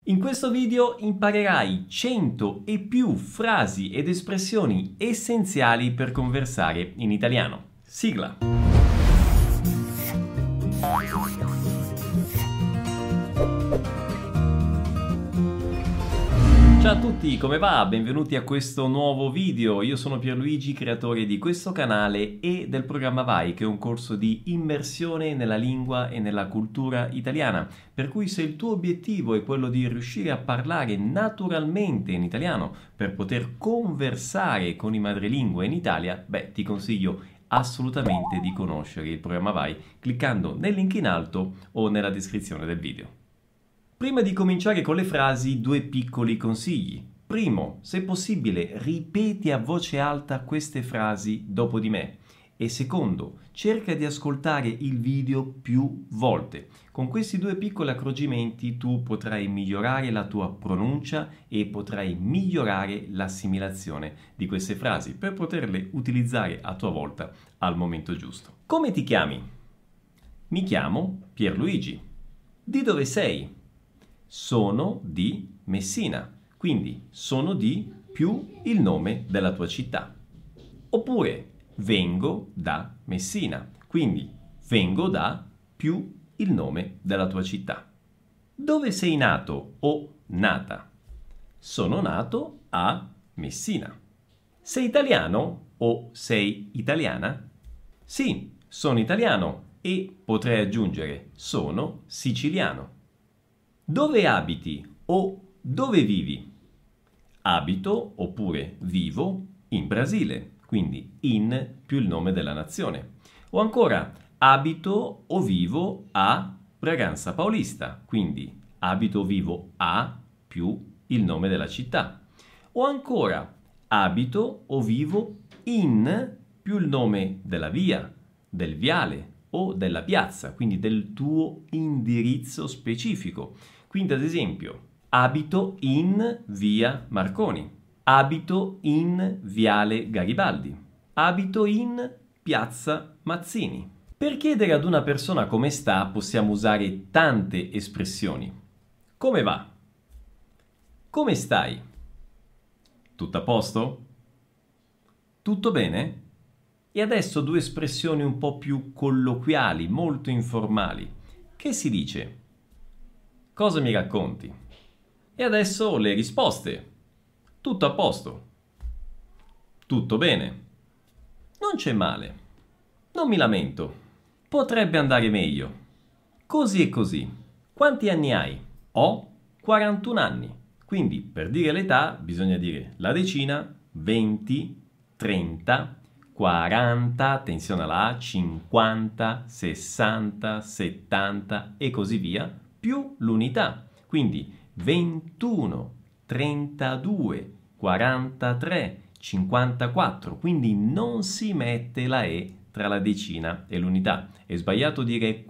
In questo video imparerai 100 e più frasi ed espressioni essenziali per conversare in italiano. Sigla! Ciao a tutti, come va? Benvenuti a questo nuovo video. Io sono Pierluigi, creatore di questo canale e del programma Vai, che è un corso di immersione nella lingua e nella cultura italiana. Per cui se il tuo obiettivo è quello di riuscire a parlare naturalmente in italiano per poter conversare con i madrelingua in Italia, ti consiglio assolutamente di conoscere il programma Vai cliccando nel link in alto o nella descrizione del video. Prima di cominciare con le frasi, due piccoli consigli. Primo, se possibile, ripeti a voce alta queste frasi dopo di me. E secondo, cerca di ascoltare il video più volte. Con questi due piccoli accorgimenti tu potrai migliorare la tua pronuncia e potrai migliorare l'assimilazione di queste frasi per poterle utilizzare a tua volta al momento giusto. Come ti chiami? Mi chiamo Pierluigi. Di dove sei? Sono di Messina, quindi sono di più il nome della tua città. Oppure vengo da Messina, quindi vengo da più il nome della tua città. Dove sei nato o nata? Sono nato a Messina. Sei italiano o sei italiana? Sì, sono italiano e potrei aggiungere sono siciliano. Dove abiti o dove vivi? Abito oppure vivo in Brasile, quindi in più il nome della nazione. O ancora abito o vivo a Braganza Paulista, quindi abito o vivo a più il nome della città. O ancora abito o vivo in più il nome della via, del viale o della piazza, quindi del tuo indirizzo specifico. Quindi ad esempio, abito in via Marconi, abito in viale Garibaldi, abito in piazza Mazzini. Per chiedere ad una persona come sta possiamo usare tante espressioni. Come va? Come stai? Tutto a posto? Tutto bene? E adesso due espressioni un po' più colloquiali, molto informali. Che si dice? Cosa mi racconti? E adesso le risposte. Tutto a posto. Tutto bene. Non c'è male. Non mi lamento. Potrebbe andare meglio. Così e così. Quanti anni hai? Ho 41 anni. Quindi per dire l'età bisogna dire la decina, 20, 30, 40, attenzione alla A, 50, 60, 70 e così via, più l'unità. Quindi 21, 32, 43, 54. Quindi non si mette la E tra la decina e l'unità. È sbagliato dire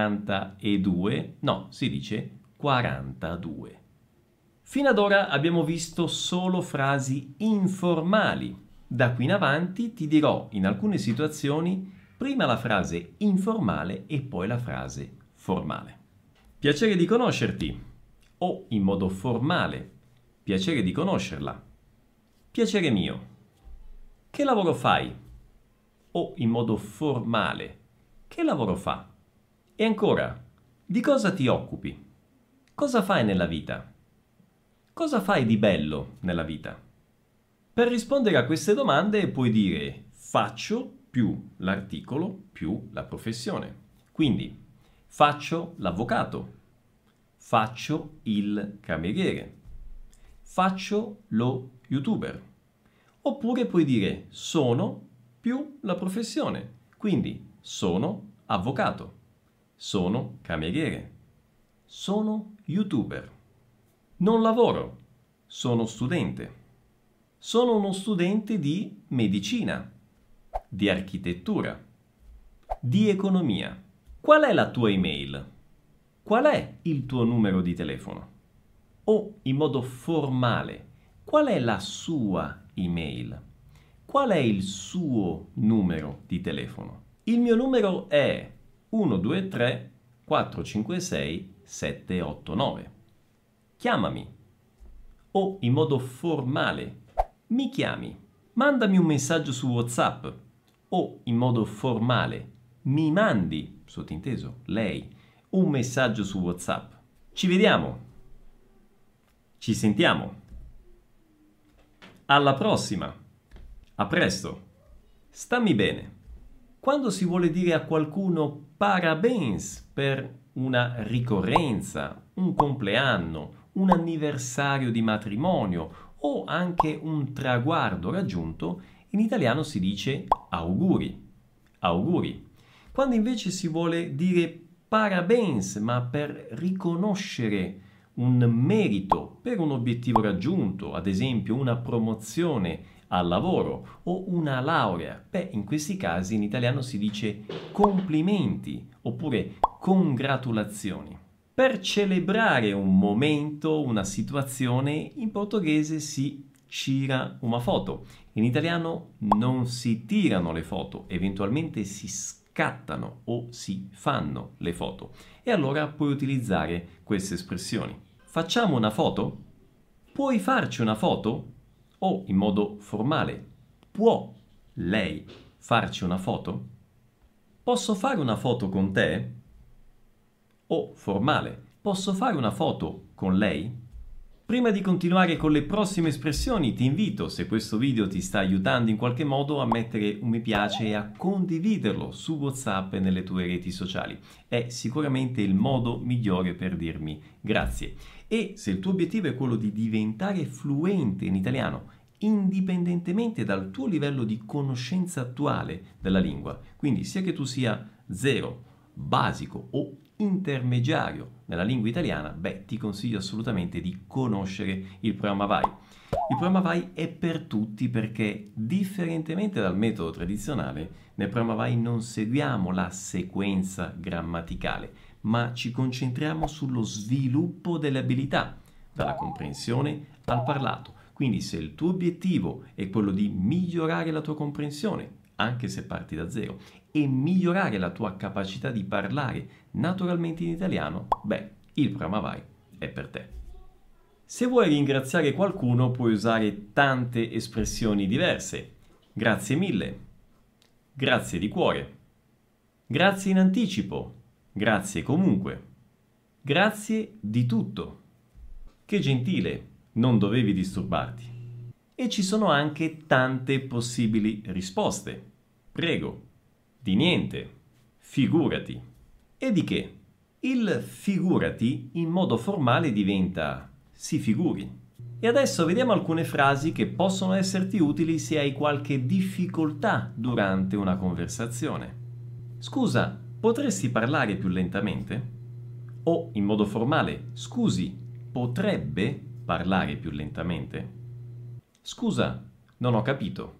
42, no, si dice 42. Fino ad ora abbiamo visto solo frasi informali. Da qui in avanti ti dirò in alcune situazioni prima la frase informale e poi la frase formale. Piacere di conoscerti, o in modo formale, piacere di conoscerla. Piacere mio. Che lavoro fai? O in modo formale, che lavoro fa? E ancora, di cosa ti occupi? Cosa fai nella vita? Cosa fai di bello nella vita? Per rispondere a queste domande puoi dire faccio più l'articolo più la professione. Quindi faccio l'avvocato, faccio il cameriere, faccio lo youtuber. Oppure puoi dire sono più la professione. Quindi sono avvocato, sono cameriere, sono youtuber. Non lavoro, sono studente. Sono uno studente di medicina, di architettura, di economia. Qual è la tua email? Qual è il tuo numero di telefono? O in modo formale, qual è la sua email? Qual è il suo numero di telefono? Il mio numero è 123 456 789. chiamami. O in modo formale, mi chiami. Mandami un messaggio su WhatsApp. O in modo formale, mi mandi, sottinteso, lei, un messaggio su WhatsApp. Ci vediamo. Ci sentiamo. Alla prossima. A presto. Stammi bene. Quando si vuole dire a qualcuno parabéns per una ricorrenza, un compleanno, un anniversario di matrimonio o anche un traguardo raggiunto, in italiano si dice auguri. Auguri. Quando invece si vuole dire parabéns, ma per riconoscere un merito per un obiettivo raggiunto, ad esempio una promozione al lavoro o una laurea, in questi casi in italiano si dice complimenti oppure congratulazioni. Per celebrare un momento, una situazione, in portoghese si tira una foto. In italiano non si tirano le foto, eventualmente si scattano o si fanno le foto. E allora puoi utilizzare queste espressioni. Facciamo una foto? Puoi farci una foto? O in modo formale, può lei farci una foto? Posso fare una foto con te? O formale, posso fare una foto con lei? Prima di continuare con le prossime espressioni, ti invito, se questo video ti sta aiutando in qualche modo, a mettere un mi piace e a condividerlo su WhatsApp e nelle tue reti sociali. È sicuramente il modo migliore per dirmi grazie. E se il tuo obiettivo è quello di diventare fluente in italiano, indipendentemente dal tuo livello di conoscenza attuale della lingua, quindi sia che tu sia zero, basico o intermediario nella lingua italiana, ti consiglio assolutamente di conoscere il programma Vai. Il programma Vai è per tutti perché, differentemente dal metodo tradizionale, nel programma Vai non seguiamo la sequenza grammaticale, ma ci concentriamo sullo sviluppo delle abilità, dalla comprensione al parlato. Quindi se il tuo obiettivo è quello di migliorare la tua comprensione, anche se parti da zero, e migliorare la tua capacità di parlare naturalmente in italiano, il programma Vai è per te. Se vuoi ringraziare qualcuno puoi usare tante espressioni diverse. Grazie mille, grazie di cuore, grazie in anticipo, grazie comunque, grazie di tutto. Che gentile, non dovevi disturbarti. E ci sono anche tante possibili risposte. Prego, di niente, figurati. E di che? Il figurati in modo formale diventa si figuri. E adesso vediamo alcune frasi che possono esserti utili se hai qualche difficoltà durante una conversazione. Scusa, potresti parlare più lentamente? O in modo formale, scusi, potrebbe parlare più lentamente? Scusa, non ho capito.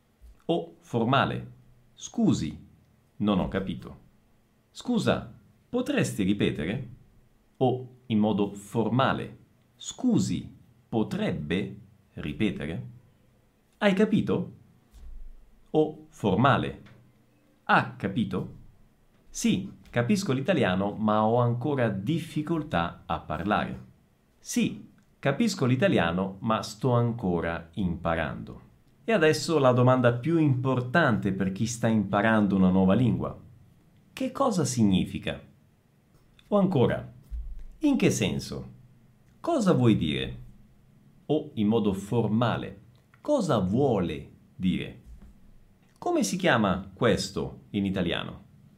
O formale, scusi, non ho capito. Scusa, potresti ripetere? O in modo formale, scusi, potrebbe ripetere? Hai capito? O formale, ha capito? Sì, capisco l'italiano, ma ho ancora difficoltà a parlare. Sì, capisco l'italiano, ma sto ancora imparando. E adesso la domanda più importante per chi sta imparando una nuova lingua. Che cosa significa? O ancora, in che senso? Cosa vuoi dire? O in modo formale, cosa vuole dire? Come si chiama questo in italiano?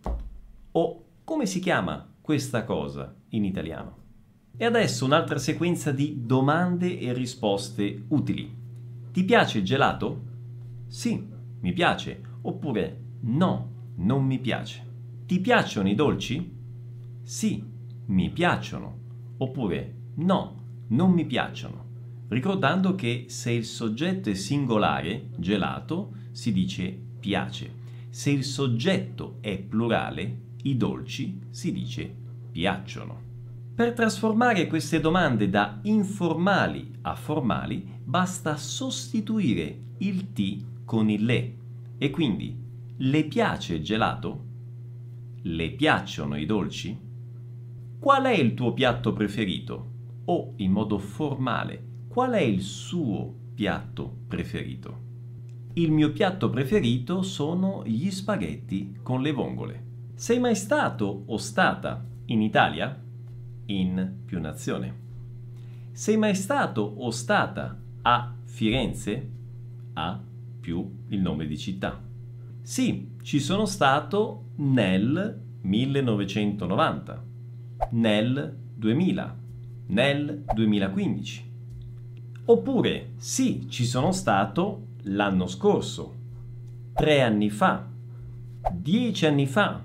O come si chiama questa cosa in italiano? E adesso un'altra sequenza di domande e risposte utili. Ti piace il gelato? Sì, mi piace. Oppure no, non mi piace. Ti piacciono i dolci? Sì, mi piacciono. Oppure no, non mi piacciono. Ricordando che se il soggetto è singolare, gelato, si dice piace. Se il soggetto è plurale, i dolci, si dice piacciono. Per trasformare queste domande da informali a formali basta sostituire il ti con il le. E quindi, le piace il gelato? Le piacciono i dolci? Qual è il tuo piatto preferito? o in modo formale, qual è il suo piatto preferito? Il mio piatto preferito sono gli spaghetti con le vongole. Sei mai stato o stata in Italia? In più nazione. Sei mai stato o stata a Firenze? A più il nome di città. Sì, ci sono stato nel 1990, nel 2000, nel 2015. Oppure sì, ci sono stato l'anno scorso, 3 anni fa, 10 anni fa,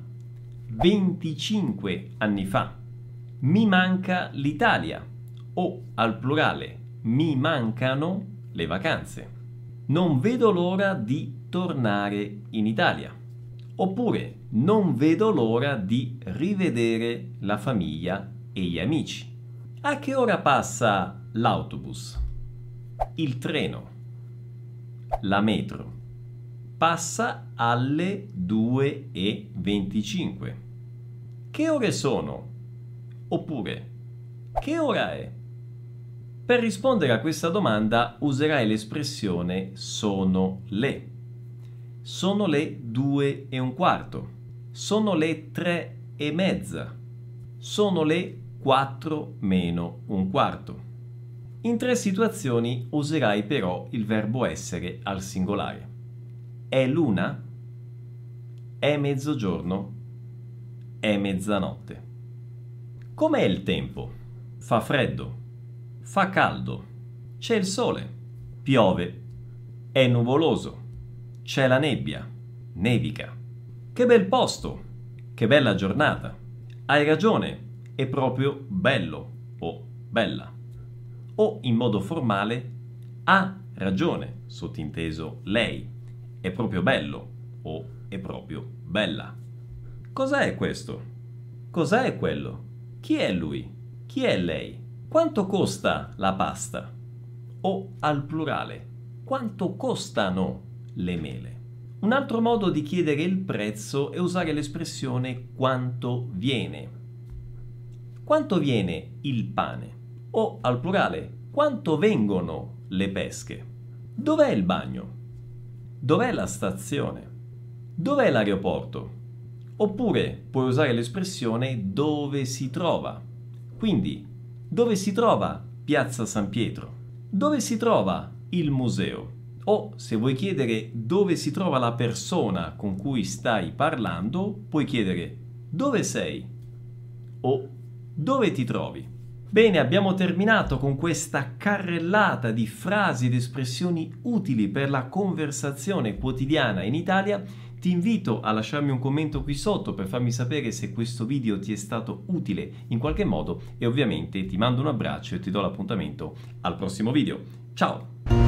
25 anni fa. Mi manca l'Italia o al plurale mi mancano le vacanze. Non vedo l'ora di tornare in Italia. Oppure non vedo l'ora di rivedere la famiglia e gli amici. A che ora passa l'autobus? Il treno? La metro? Passa alle 2:25. Che ore sono? Oppure, che ora è? Per rispondere a questa domanda userai l'espressione sono le. Sono le 2:15. Sono le 3:30. Sono le 4:45. In 3 situazioni userai però il verbo essere al singolare. È l'una? È mezzogiorno? È mezzanotte? Com'è il tempo? Fa freddo? Fa caldo? C'è il sole? Piove? È nuvoloso? C'è la nebbia? Nevica? Che bel posto! Che bella giornata! Hai ragione, è proprio bello o bella. O in modo formale, ha ragione, sottinteso lei, è proprio bello o è proprio bella. Cos'è questo? Cos'è quello? Chi è lui? Chi è lei? Quanto costa la pasta? O al plurale, quanto costano le mele? Un altro modo di chiedere il prezzo è usare l'espressione quanto viene. Quanto viene il pane? O al plurale, quanto vengono le pesche? Dov'è il bagno? Dov'è la stazione? Dov'è l'aeroporto? Oppure puoi usare l'espressione dove si trova. Quindi, dove si trova Piazza San Pietro? Dove si trova il museo? O se vuoi chiedere dove si trova la persona con cui stai parlando, puoi chiedere dove sei? O dove ti trovi? Bene, abbiamo terminato con questa carrellata di frasi ed espressioni utili per la conversazione quotidiana in Italia. Ti invito a lasciarmi un commento qui sotto per farmi sapere se questo video ti è stato utile in qualche modo e ovviamente ti mando un abbraccio e ti do l'appuntamento al prossimo video. Ciao!